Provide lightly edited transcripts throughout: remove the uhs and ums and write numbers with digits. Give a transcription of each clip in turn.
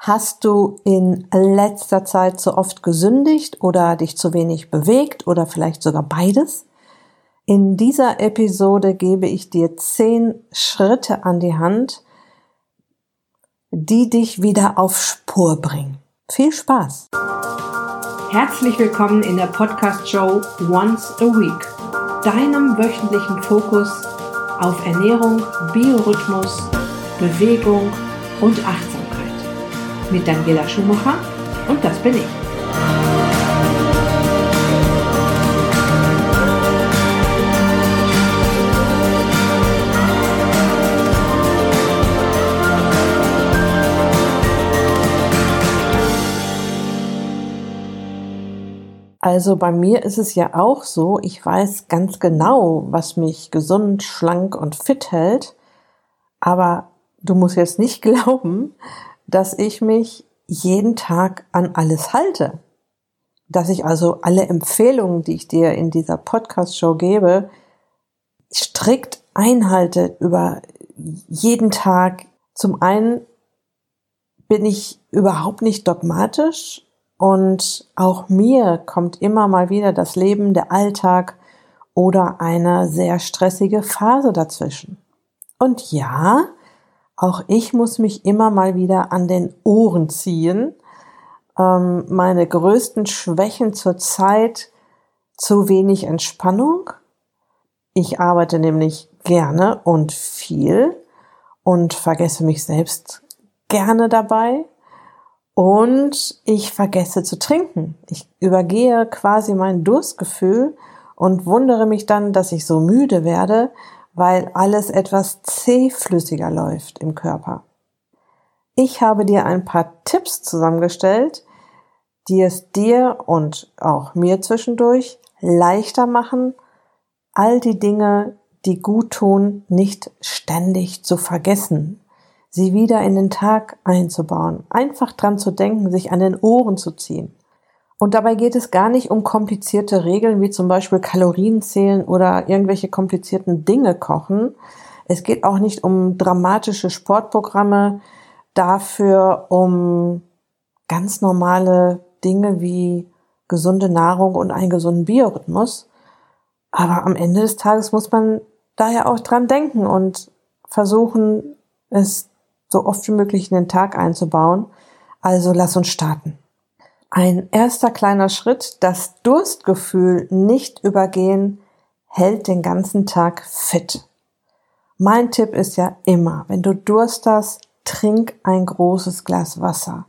Hast du in letzter Zeit zu oft gesündigt oder dich zu wenig bewegt oder vielleicht sogar beides? In dieser Episode gebe ich dir 10 Schritte an die Hand, die dich wieder auf Spur bringen. Viel Spaß! Herzlich willkommen in der Podcast-Show Once a Week, deinem wöchentlichen Fokus auf Ernährung, Biorhythmus, Bewegung und Achtsamkeit. Mit Daniela Schumacher und das bin ich. Also bei mir ist es ja auch so, ich weiß ganz genau, was mich gesund, schlank und fit hält, aber du musst jetzt nicht glauben, dass ich mich jeden Tag an alles halte. Dass ich also alle Empfehlungen, die ich dir in dieser Podcast-Show gebe, strikt einhalte über jeden Tag. Zum einen bin ich überhaupt nicht dogmatisch und auch mir kommt immer mal wieder das Leben, der Alltag oder eine sehr stressige Phase dazwischen. Und ja, auch ich muss mich immer mal wieder an den Ohren ziehen. Meine größten Schwächen zurzeit: zu wenig Entspannung. Ich arbeite nämlich gerne und viel und vergesse mich selbst gerne dabei. Und ich vergesse zu trinken. Ich übergehe quasi mein Durstgefühl und wundere mich dann, dass ich so müde werde, weil alles etwas zähflüssiger läuft im Körper. Ich habe dir ein paar Tipps zusammengestellt, die es dir und auch mir zwischendurch leichter machen, all die Dinge, die gut tun, nicht ständig zu vergessen, sie wieder in den Tag einzubauen, einfach dran zu denken, sich an den Ohren zu ziehen. Und dabei geht es gar nicht um komplizierte Regeln, wie zum Beispiel Kalorien zählen oder irgendwelche komplizierten Dinge kochen. Es geht auch nicht um dramatische Sportprogramme, dafür um ganz normale Dinge wie gesunde Nahrung und einen gesunden Biorhythmus. Aber am Ende des Tages muss man daher auch dran denken und versuchen, es so oft wie möglich in den Tag einzubauen. Also lass uns starten. Ein erster kleiner Schritt: das Durstgefühl nicht übergehen, hält den ganzen Tag fit. Mein Tipp ist ja immer, wenn du Durst hast, trink ein großes Glas Wasser.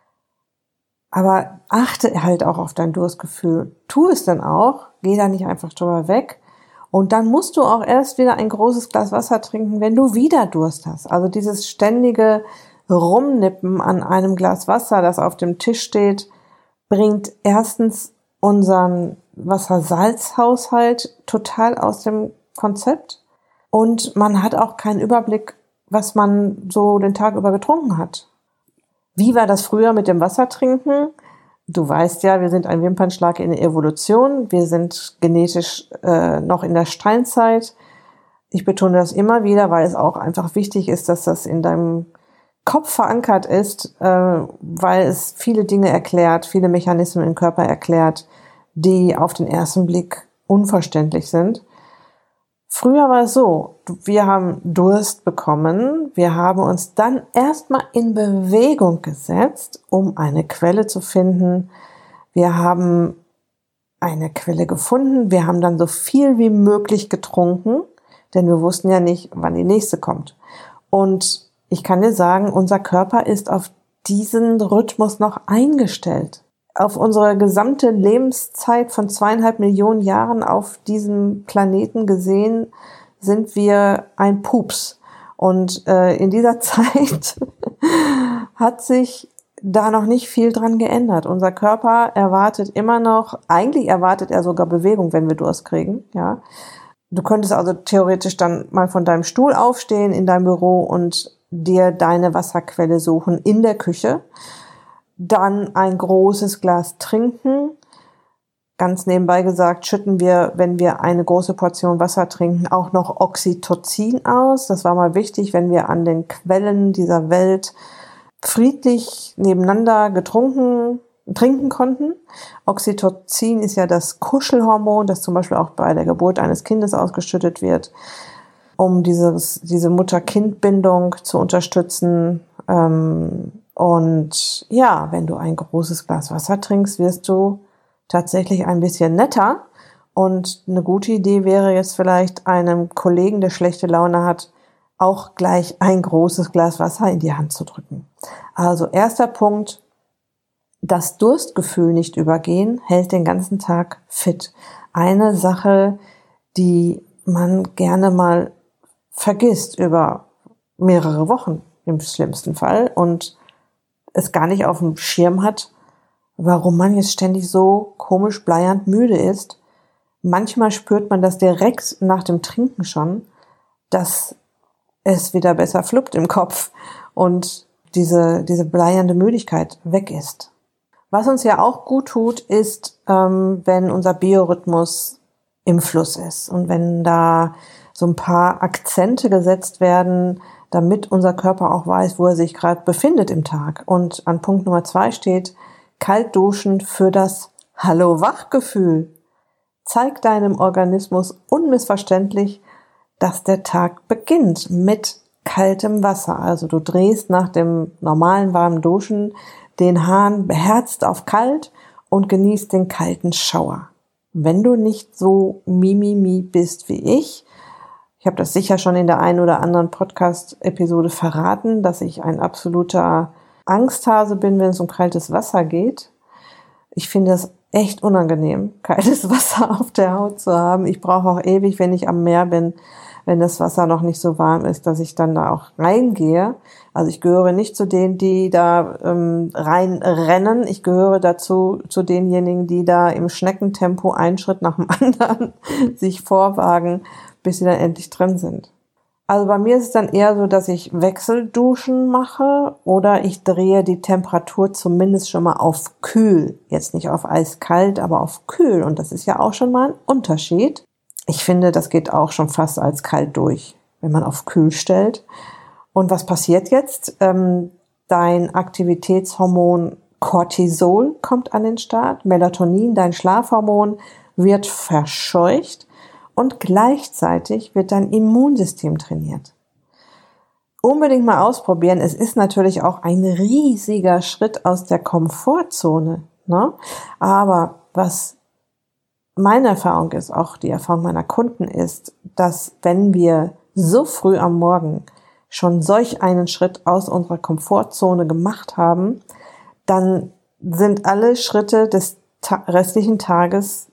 Aber achte halt auch auf dein Durstgefühl. Tu es dann auch, geh da nicht einfach drüber weg. Und dann musst du auch erst wieder ein großes Glas Wasser trinken, wenn du wieder Durst hast. Also dieses ständige Rumnippen an einem Glas Wasser, das auf dem Tisch steht, bringt erstens unseren Wassersalzhaushalt total aus dem Konzept und man hat auch keinen Überblick, was man so den Tag über getrunken hat. Wie war das früher mit dem Wassertrinken? Du weißt ja, wir sind ein Wimpernschlag in der Evolution, wir sind genetisch noch in der Steinzeit. Ich betone das immer wieder, weil es auch einfach wichtig ist, dass das in deinem Kopf verankert ist, weil es viele Dinge erklärt, viele Mechanismen im Körper erklärt, die auf den ersten Blick unverständlich sind. Früher war es so, wir haben Durst bekommen, wir haben uns dann erstmal in Bewegung gesetzt, um eine Quelle zu finden. Wir haben eine Quelle gefunden, wir haben dann so viel wie möglich getrunken, denn wir wussten ja nicht, wann die nächste kommt. Und ich kann dir sagen, unser Körper ist auf diesen Rhythmus noch eingestellt. Auf unsere gesamte Lebenszeit von 2,5 Millionen Jahren auf diesem Planeten gesehen, sind wir ein Pups. Und in dieser Zeit hat sich da noch nicht viel dran geändert. Unser Körper erwartet immer noch, eigentlich erwartet er sogar Bewegung, wenn wir Durst kriegen, ja. Du könntest also theoretisch dann mal von deinem Stuhl aufstehen in deinem Büro und dir deine Wasserquelle suchen in der Küche, dann ein großes Glas trinken. Ganz nebenbei gesagt, schütten wir, wenn wir eine große Portion Wasser trinken, auch noch Oxytocin aus. Das war mal wichtig, wenn wir an den Quellen dieser Welt friedlich nebeneinander trinken konnten. Oxytocin ist ja das Kuschelhormon, das zum Beispiel auch bei der Geburt eines Kindes ausgeschüttet wird, um diese Mutter-Kind-Bindung zu unterstützen. Und ja, wenn du ein großes Glas Wasser trinkst, wirst du tatsächlich ein bisschen netter. Und eine gute Idee wäre jetzt vielleicht einem Kollegen, der schlechte Laune hat, auch gleich ein großes Glas Wasser in die Hand zu drücken. Also erster Punkt, das Durstgefühl nicht übergehen, hält den ganzen Tag fit. Eine Sache, die man gerne mal vergisst über mehrere Wochen im schlimmsten Fall und es gar nicht auf dem Schirm hat, warum man jetzt ständig so komisch bleiernd müde ist. Manchmal spürt man das direkt nach dem Trinken schon, dass es wieder besser fluppt im Kopf und diese bleiernde Müdigkeit weg ist. Was uns ja auch gut tut, ist, wenn unser Biorhythmus im Fluss ist und wenn da so ein paar Akzente gesetzt werden, damit unser Körper auch weiß, wo er sich gerade befindet im Tag. Und an Punkt Nummer 2 steht, kalt duschen für das Hallo-Wach-Gefühl. Zeig deinem Organismus unmissverständlich, dass der Tag beginnt mit kaltem Wasser. Also du drehst nach dem normalen warmen Duschen den Hahn beherzt auf kalt und genießt den kalten Schauer. Wenn du nicht so mimimi bist wie ich habe das sicher schon in der einen oder anderen Podcast-Episode verraten, dass ich ein absoluter Angsthase bin, wenn es um kaltes Wasser geht. Ich finde es echt unangenehm, kaltes Wasser auf der Haut zu haben. Ich brauche auch ewig, wenn ich am Meer bin, wenn das Wasser noch nicht so warm ist, dass ich dann da auch reingehe. Also ich gehöre nicht zu denen, die da reinrennen. Ich gehöre dazu, zu denjenigen, die da im Schneckentempo einen Schritt nach dem anderen sich vorwagen, bis sie dann endlich drin sind. Also bei mir ist es dann eher so, dass ich Wechselduschen mache oder ich drehe die Temperatur zumindest schon mal auf kühl. Jetzt nicht auf eiskalt, aber auf kühl. Und das ist ja auch schon mal ein Unterschied. Ich finde, das geht auch schon fast als kalt durch, wenn man auf kühl stellt. Und was passiert jetzt? Dein Aktivitätshormon Cortisol kommt an den Start. Melatonin, dein Schlafhormon, wird verscheucht. Und gleichzeitig wird dein Immunsystem trainiert. Unbedingt mal ausprobieren. Es ist natürlich auch ein riesiger Schritt aus der Komfortzone, ne? Aber was meine Erfahrung ist, auch die Erfahrung meiner Kunden ist, dass wenn wir so früh am Morgen schon solch einen Schritt aus unserer Komfortzone gemacht haben, dann sind alle Schritte des restlichen Tages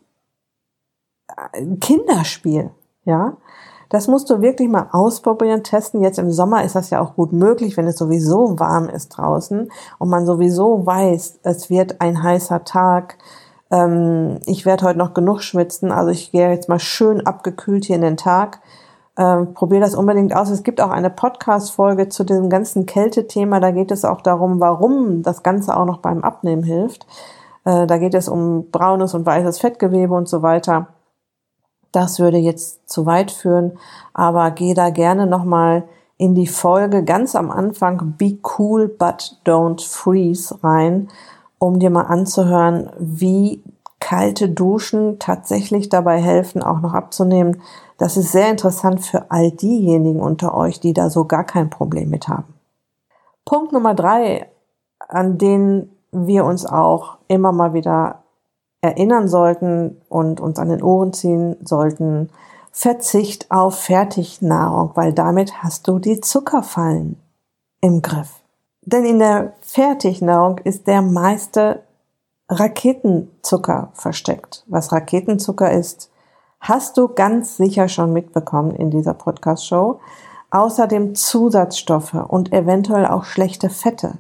Kinderspiel, ja. Das musst du wirklich mal ausprobieren, testen. Jetzt im Sommer ist das ja auch gut möglich, wenn es sowieso warm ist draußen und man sowieso weiß, es wird ein heißer Tag. Ich werde heute noch genug schwitzen, also ich gehe jetzt mal schön abgekühlt hier in den Tag. Probier das unbedingt aus. Es gibt auch eine Podcast-Folge zu diesem ganzen Kältethema. Da geht es auch darum, warum das Ganze auch noch beim Abnehmen hilft. Da geht es um braunes und weißes Fettgewebe und so weiter. Das würde jetzt zu weit führen, aber geh da gerne nochmal in die Folge ganz am Anfang Be Cool But Don't Freeze rein, um dir mal anzuhören, wie kalte Duschen tatsächlich dabei helfen, auch noch abzunehmen. Das ist sehr interessant für all diejenigen unter euch, die da so gar kein Problem mit haben. Punkt Nummer 3, an den wir uns auch immer mal wieder erinnern sollten und uns an den Ohren ziehen sollten, Verzicht auf Fertignahrung, weil damit hast du die Zuckerfallen im Griff. Denn in der Fertignahrung ist der meiste Raketenzucker versteckt. Was Raketenzucker ist, hast du ganz sicher schon mitbekommen in dieser Podcast-Show. Außerdem Zusatzstoffe und eventuell auch schlechte Fette.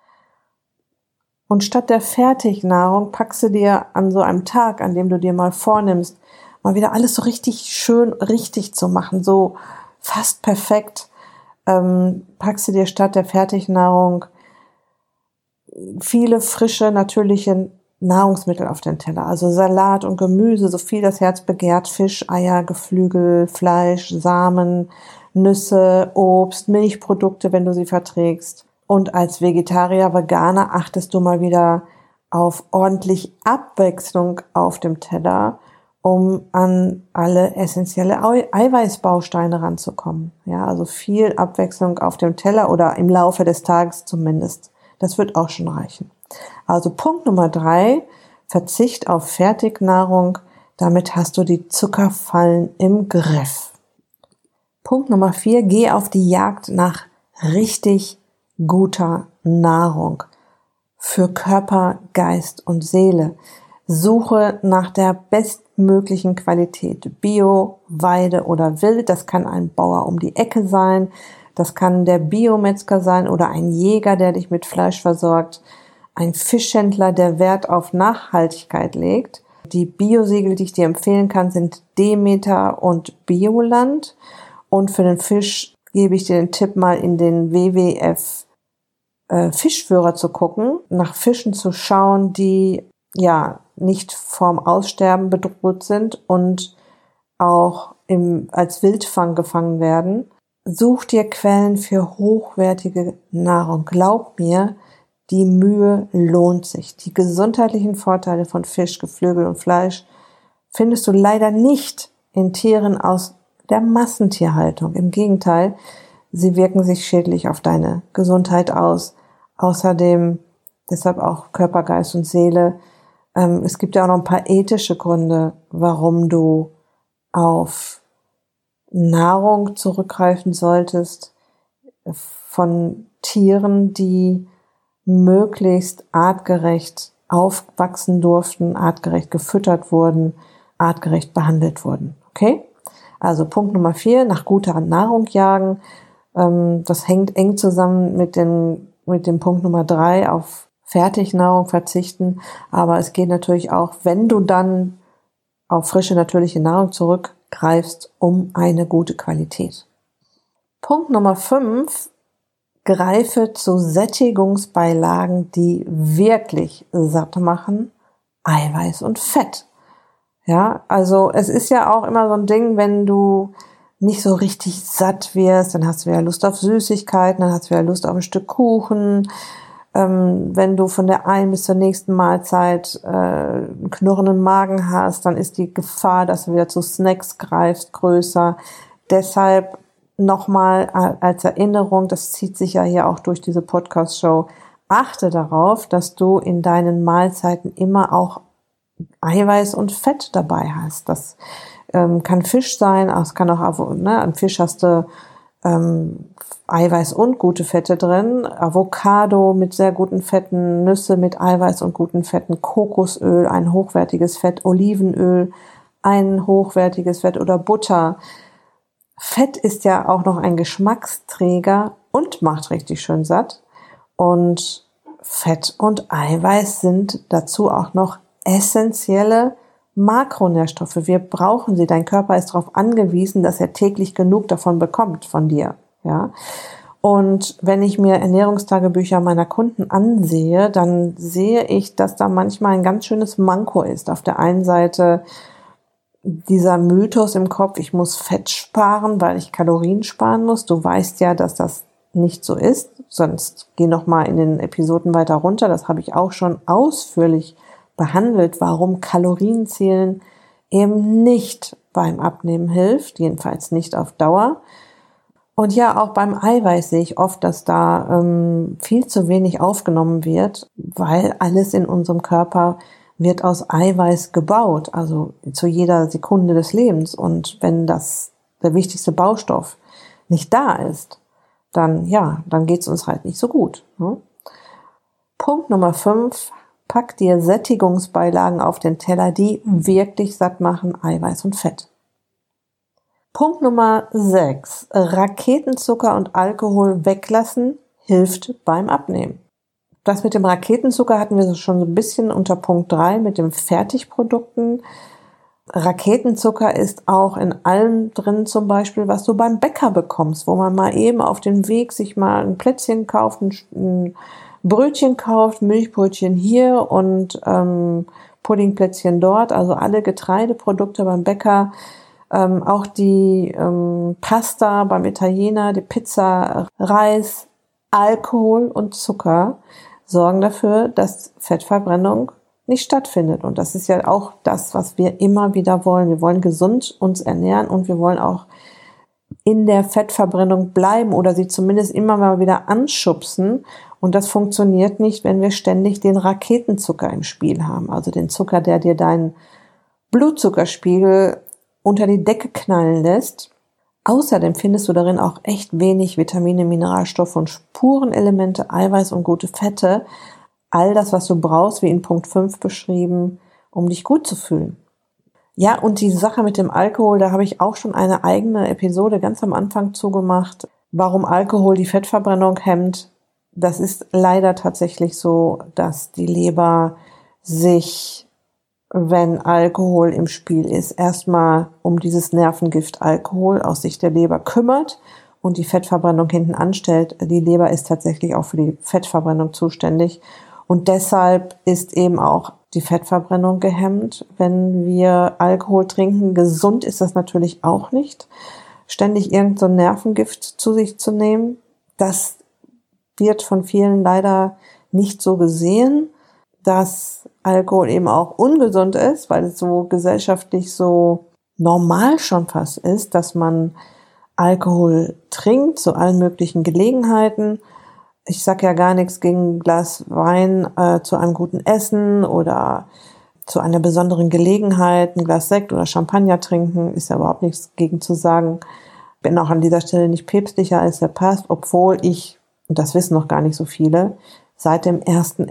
Und statt der Fertignahrung packst du dir an so einem Tag, an dem du dir mal vornimmst, mal wieder alles so richtig schön richtig zu machen, so fast perfekt, packst du dir statt der Fertignahrung viele frische, natürliche Nahrungsmittel auf den Teller. Also Salat und Gemüse, so viel das Herz begehrt, Fisch, Eier, Geflügel, Fleisch, Samen, Nüsse, Obst, Milchprodukte, wenn du sie verträgst. Und als Vegetarier, Veganer achtest du mal wieder auf ordentlich Abwechslung auf dem Teller, um an alle essentielle Eiweißbausteine ranzukommen. Ja, also viel Abwechslung auf dem Teller oder im Laufe des Tages zumindest. Das wird auch schon reichen. Also Punkt Nummer 3, Verzicht auf Fertignahrung. Damit hast du die Zuckerfallen im Griff. Punkt Nummer 4, geh auf die Jagd nach richtig guter Nahrung für Körper, Geist und Seele. Suche nach der bestmöglichen Qualität. Bio, Weide oder Wild. Das kann ein Bauer um die Ecke sein. Das kann der Biometzger sein oder ein Jäger, der dich mit Fleisch versorgt. Ein Fischhändler, der Wert auf Nachhaltigkeit legt. Die Biosiegel, die ich dir empfehlen kann, sind Demeter und Bioland. Und für den Fisch gebe ich dir den Tipp, mal in den WWF Fischführer zu gucken, nach Fischen zu schauen, die ja nicht vorm Aussterben bedroht sind und auch als Wildfang gefangen werden. Such dir Quellen für hochwertige Nahrung. Glaub mir, die Mühe lohnt sich. Die gesundheitlichen Vorteile von Fisch, Geflügel und Fleisch findest du leider nicht in Tieren aus der Massentierhaltung. Im Gegenteil, sie wirken sich schädlich auf deine Gesundheit aus. Außerdem, deshalb auch Körper, Geist und Seele. Es gibt ja auch noch ein paar ethische Gründe, warum du auf Nahrung zurückgreifen solltest von Tieren, die möglichst artgerecht aufwachsen durften, artgerecht gefüttert wurden, artgerecht behandelt wurden. Okay? Also Punkt Nummer 4, nach guter Nahrung jagen. Das hängt eng zusammen mit dem Punkt Nummer 3, auf Fertignahrung verzichten. Aber es geht natürlich auch, wenn du dann auf frische, natürliche Nahrung zurückgreifst, um eine gute Qualität. Punkt Nummer 5, greife zu Sättigungsbeilagen, die wirklich satt machen, Eiweiß und Fett. Ja, also es ist ja auch immer so ein Ding, wenn du nicht so richtig satt wirst, dann hast du ja Lust auf Süßigkeiten, dann hast du ja Lust auf ein Stück Kuchen. Wenn du von der einen bis zur nächsten Mahlzeit einen knurrenden Magen hast, dann ist die Gefahr, dass du wieder zu Snacks greifst, größer. Deshalb nochmal als Erinnerung, das zieht sich ja hier auch durch diese Podcast-Show, achte darauf, dass du in deinen Mahlzeiten immer auch Eiweiß und Fett dabei hast. Das kann Fisch sein, es kann auch, am Fisch hast du Eiweiß und gute Fette drin, Avocado mit sehr guten Fetten, Nüsse mit Eiweiß und guten Fetten, Kokosöl, ein hochwertiges Fett, Olivenöl, ein hochwertiges Fett oder Butter. Fett ist ja auch noch ein Geschmacksträger und macht richtig schön satt. Und Fett und Eiweiß sind dazu auch noch essentielle Makronährstoffe. Wir brauchen sie. Dein Körper ist darauf angewiesen, dass er täglich genug davon bekommt von dir. Ja. Und wenn ich mir Ernährungstagebücher meiner Kunden ansehe, dann sehe ich, dass da manchmal ein ganz schönes Manko ist. Auf der einen Seite dieser Mythos im Kopf, ich muss Fett sparen, weil ich Kalorien sparen muss. Du weißt ja, dass das nicht so ist. Sonst geh noch mal in den Episoden weiter runter. Das habe ich auch schon ausführlich behandelt, warum Kalorienzählen eben nicht beim Abnehmen hilft, jedenfalls nicht auf Dauer. Und ja, auch beim Eiweiß sehe ich oft, dass da viel zu wenig aufgenommen wird, weil alles in unserem Körper wird aus Eiweiß gebaut, also zu jeder Sekunde des Lebens. Und wenn das der wichtigste Baustoff nicht da ist, dann geht es uns halt nicht so gut. Ne? Punkt Nummer 5, pack dir Sättigungsbeilagen auf den Teller, die wirklich satt machen, Eiweiß und Fett. Punkt Nummer 6, Raketenzucker und Alkohol weglassen, hilft beim Abnehmen. Das mit dem Raketenzucker hatten wir schon so ein bisschen unter Punkt 3 mit den Fertigprodukten. Raketenzucker ist auch in allem drin, zum Beispiel, was du beim Bäcker bekommst, wo man mal eben auf dem Weg sich mal ein Plätzchen kauft, ein Brötchen kauft, Milchbrötchen hier und Puddingplätzchen dort, also alle Getreideprodukte beim Bäcker, auch die Pasta beim Italiener, die Pizza, Reis, Alkohol und Zucker sorgen dafür, dass Fettverbrennung nicht stattfindet. Und das ist ja auch das, was wir immer wieder wollen. Wir wollen gesund uns ernähren und wir wollen auch in der Fettverbrennung bleiben oder sie zumindest immer mal wieder anschubsen. Und das funktioniert nicht, wenn wir ständig den Raketenzucker im Spiel haben. Also den Zucker, der dir deinen Blutzuckerspiegel unter die Decke knallen lässt. Außerdem findest du darin auch echt wenig Vitamine, Mineralstoffe und Spurenelemente, Eiweiß und gute Fette. All das, was du brauchst, wie in Punkt 5 beschrieben, um dich gut zu fühlen. Ja, und die Sache mit dem Alkohol, da habe ich auch schon eine eigene Episode ganz am Anfang zugemacht, warum Alkohol die Fettverbrennung hemmt. Das ist leider tatsächlich so, dass die Leber sich, wenn Alkohol im Spiel ist, erstmal um dieses Nervengift Alkohol aus Sicht der Leber kümmert und die Fettverbrennung hinten anstellt. Die Leber ist tatsächlich auch für die Fettverbrennung zuständig und deshalb ist eben auch die Fettverbrennung gehemmt, wenn wir Alkohol trinken. Gesund ist das natürlich auch nicht, ständig irgend so ein Nervengift zu sich zu nehmen. Das wird von vielen leider nicht so gesehen, dass Alkohol eben auch ungesund ist, weil es so gesellschaftlich so normal schon fast ist, dass man Alkohol trinkt zu allen möglichen Gelegenheiten. Ich sag ja gar nichts gegen ein Glas Wein zu einem guten Essen oder zu einer besonderen Gelegenheit, ein Glas Sekt oder Champagner trinken, ist ja überhaupt nichts gegen zu sagen. Bin auch an dieser Stelle nicht päpstlicher als der Papst, obwohl ich, und das wissen noch gar nicht so viele, seit dem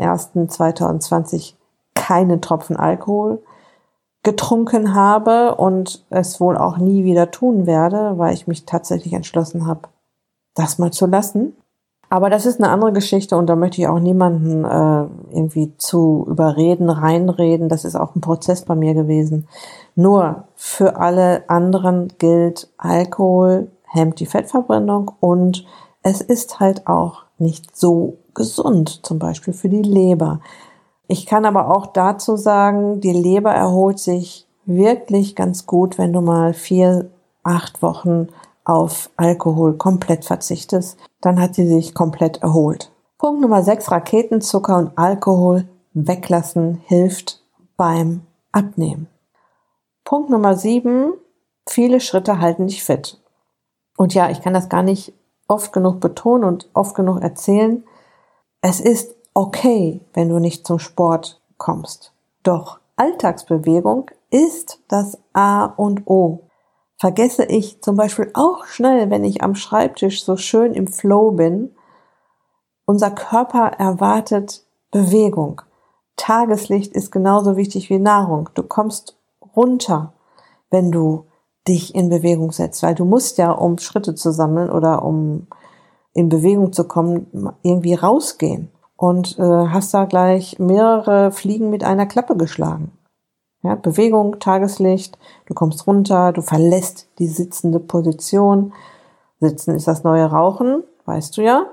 01.01.2020 keine Tropfen Alkohol getrunken habe und es wohl auch nie wieder tun werde, weil ich mich tatsächlich entschlossen habe, das mal zu lassen. Aber das ist eine andere Geschichte und da möchte ich auch niemanden irgendwie zu überreden, reinreden. Das ist auch ein Prozess bei mir gewesen. Nur für alle anderen gilt, Alkohol hemmt die Fettverbrennung und es ist halt auch nicht so gesund, zum Beispiel für die Leber. Ich kann aber auch dazu sagen, die Leber erholt sich wirklich ganz gut, wenn du mal 4-8 Wochen auf Alkohol komplett verzichtest, dann hat sie sich komplett erholt. Punkt Nummer 6, Raketenzucker und Alkohol weglassen hilft beim Abnehmen. Punkt Nummer 7, viele Schritte halten dich fit. Und ja, ich kann das gar nicht oft genug betonen und oft genug erzählen. Es ist okay, wenn du nicht zum Sport kommst. Doch Alltagsbewegung ist das A und O. Vergesse ich zum Beispiel auch schnell, wenn ich am Schreibtisch so schön im Flow bin. Unser Körper erwartet Bewegung. Tageslicht ist genauso wichtig wie Nahrung. Du kommst runter, wenn du dich in Bewegung setzt, weil du musst ja, um Schritte zu sammeln oder um in Bewegung zu kommen, irgendwie rausgehen und hast da gleich mehrere Fliegen mit einer Klappe geschlagen. Ja, Bewegung, Tageslicht, du kommst runter, du verlässt die sitzende Position. Sitzen ist das neue Rauchen, weißt du ja.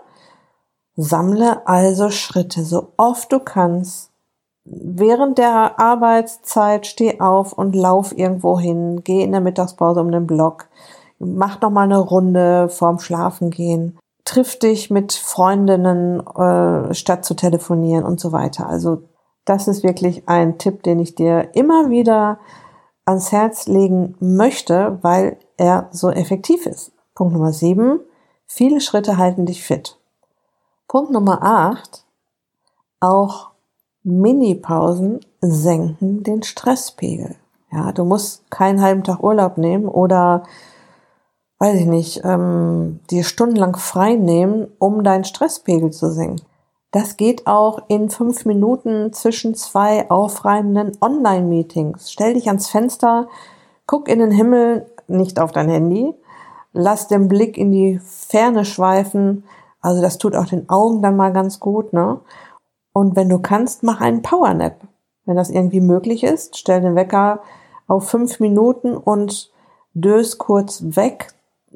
Sammle also Schritte, so oft du kannst. Während der Arbeitszeit steh auf und lauf irgendwo hin, geh in der Mittagspause um den Block, mach noch mal eine Runde vorm Schlafengehen, triff dich mit Freundinnen statt zu telefonieren und so weiter. Also das ist wirklich ein Tipp, den ich dir immer wieder ans Herz legen möchte, weil er so effektiv ist. Punkt Nummer 7, viele Schritte halten dich fit. Punkt Nummer 8, auch Mini-Pausen senken den Stresspegel. Ja, du musst keinen halben Tag Urlaub nehmen oder, weiß ich nicht, dir stundenlang frei nehmen, um deinen Stresspegel zu senken. Das geht auch in 5 Minuten zwischen 2 aufreibenden Online-Meetings. Stell dich ans Fenster, guck in den Himmel, nicht auf dein Handy, lass den Blick in die Ferne schweifen. Also das tut auch den Augen dann mal ganz gut, ne? Und wenn du kannst, mach einen Powernap. Wenn das irgendwie möglich ist, stell den Wecker auf 5 Minuten und dös kurz weg.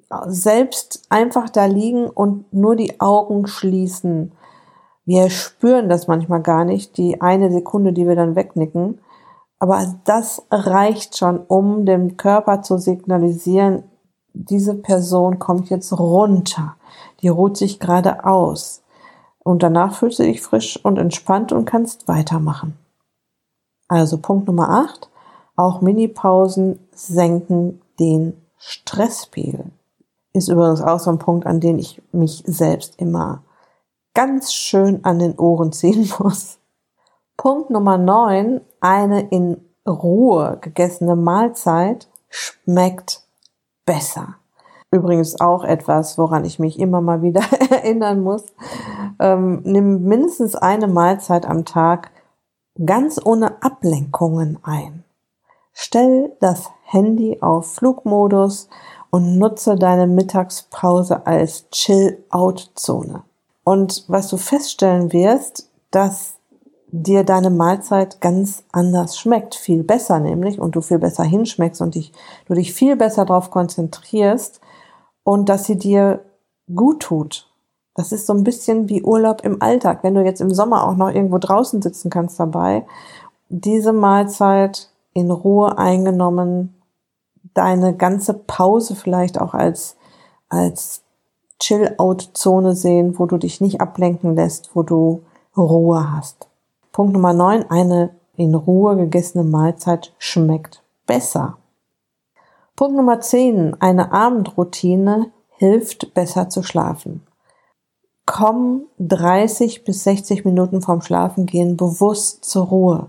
Selbst einfach da liegen und nur die Augen schließen. Wir spüren das manchmal gar nicht, die eine Sekunde, die wir dann wegnicken. Aber das reicht schon, um dem Körper zu signalisieren, diese Person kommt jetzt runter. Die ruht sich gerade aus. Und danach fühlst du dich frisch und entspannt und kannst weitermachen. Also Punkt Nummer 8, auch Minipausen senken den Stresspegel. Ist übrigens auch so ein Punkt, an den ich mich selbst immer ganz schön an den Ohren ziehen muss. Punkt Nummer 9, eine in Ruhe gegessene Mahlzeit schmeckt besser. Übrigens auch etwas, woran ich mich immer mal wieder erinnern muss. Nimm mindestens eine Mahlzeit am Tag ganz ohne Ablenkungen ein. Stell das Handy auf Flugmodus und nutze deine Mittagspause als Chill-Out-Zone. Und was du feststellen wirst, dass dir deine Mahlzeit ganz anders schmeckt, viel besser nämlich, und du viel besser hinschmeckst und du dich viel besser darauf konzentrierst und dass sie dir gut tut. Das ist so ein bisschen wie Urlaub im Alltag, wenn du jetzt im Sommer auch noch irgendwo draußen sitzen kannst dabei. Diese Mahlzeit in Ruhe eingenommen, deine ganze Pause vielleicht auch als Chill-Out-Zone sehen, wo du dich nicht ablenken lässt, wo du Ruhe hast. Punkt Nummer 9, eine in Ruhe gegessene Mahlzeit schmeckt besser. Punkt Nummer 10, eine Abendroutine hilft besser zu schlafen. Komm 30 bis 60 Minuten vorm Schlafengehen bewusst zur Ruhe.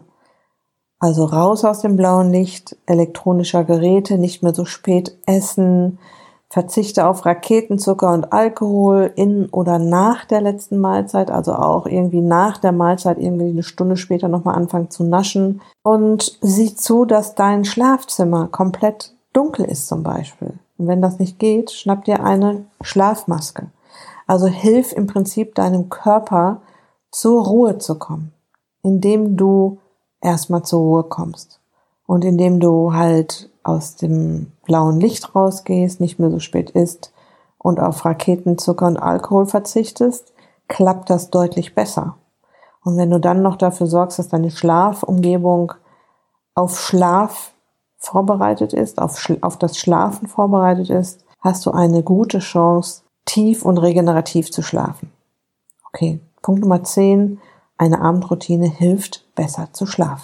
Also raus aus dem blauen Licht elektronischer Geräte, nicht mehr so spät essen, verzichte auf Raketenzucker und Alkohol in oder nach der letzten Mahlzeit, also auch irgendwie nach der Mahlzeit irgendwie eine Stunde später nochmal anfangen zu naschen. Und sieh zu, dass dein Schlafzimmer komplett dunkel ist zum Beispiel. Und wenn das nicht geht, schnapp dir eine Schlafmaske. Also hilf im Prinzip deinem Körper zur Ruhe zu kommen, indem du erstmal zur Ruhe kommst und indem du halt aus dem blauen Licht rausgehst, nicht mehr so spät isst und auf Raketenzucker und Alkohol verzichtest, klappt das deutlich besser. Und wenn du dann noch dafür sorgst, dass deine Schlafumgebung auf Schlaf vorbereitet ist, auf das Schlafen vorbereitet ist, hast du eine gute Chance, tief und regenerativ zu schlafen. Okay, Punkt Nummer 10, eine Abendroutine hilft besser zu schlafen.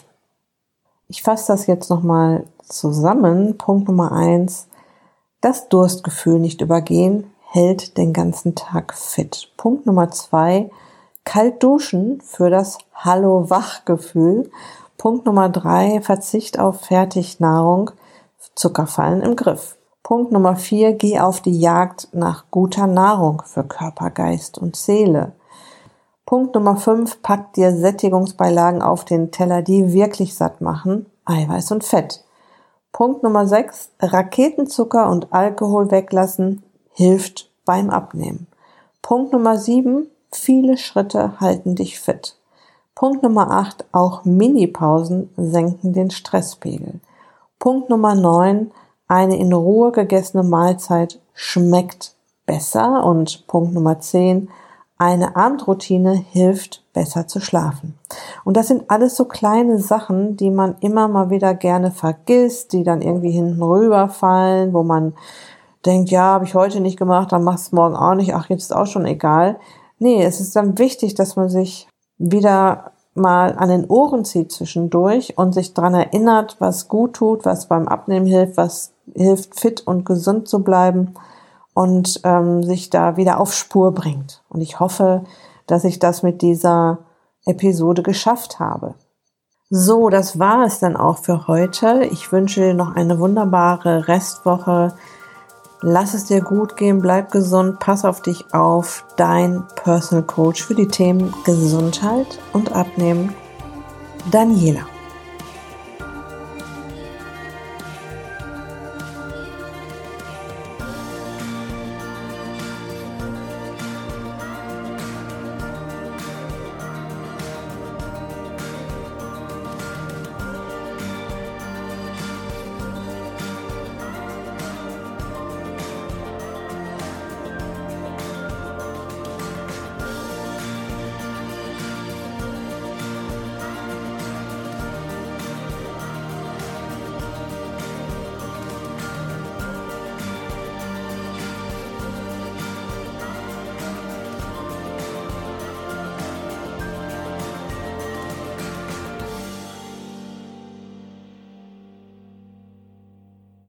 Ich fasse das jetzt nochmal zusammen. Punkt Nummer 1, das Durstgefühl nicht übergehen, hält den ganzen Tag fit. Punkt Nummer 2, kalt duschen für das Hallo-Wach-Gefühl. Punkt Nummer 3, Verzicht auf Fertignahrung, Zuckerfallen im Griff. Punkt Nummer 4, geh auf die Jagd nach guter Nahrung für Körper, Geist und Seele. Punkt Nummer 5, pack dir Sättigungsbeilagen auf den Teller, die wirklich satt machen, Eiweiß und Fett. Punkt Nummer 6, Raketenzucker und Alkohol weglassen, hilft beim Abnehmen. Punkt Nummer 7, viele Schritte halten dich fit. Punkt Nummer 8, auch Minipausen senken den Stresspegel. Punkt Nummer 9, eine in Ruhe gegessene Mahlzeit schmeckt besser. Und Punkt Nummer 10, eine Abendroutine hilft besser zu schlafen. Und das sind alles so kleine Sachen, die man immer mal wieder gerne vergisst, die dann irgendwie hinten rüberfallen, wo man denkt, ja, habe ich heute nicht gemacht, dann machst du es morgen auch nicht, ach, jetzt ist auch schon egal. Nee, es ist dann wichtig, dass man sich wieder mal an den Ohren zieht zwischendurch und sich dran erinnert, was gut tut, was beim Abnehmen hilft, was hilft, fit und gesund zu bleiben und sich da wieder auf Spur bringt. Und ich hoffe, dass ich das mit dieser Episode geschafft habe. So, das war es dann auch für heute. Ich wünsche dir noch eine wunderbare Restwoche. Lass es dir gut gehen, bleib gesund, pass auf dich auf. Dein Personal Coach für die Themen Gesundheit und Abnehmen, Daniela.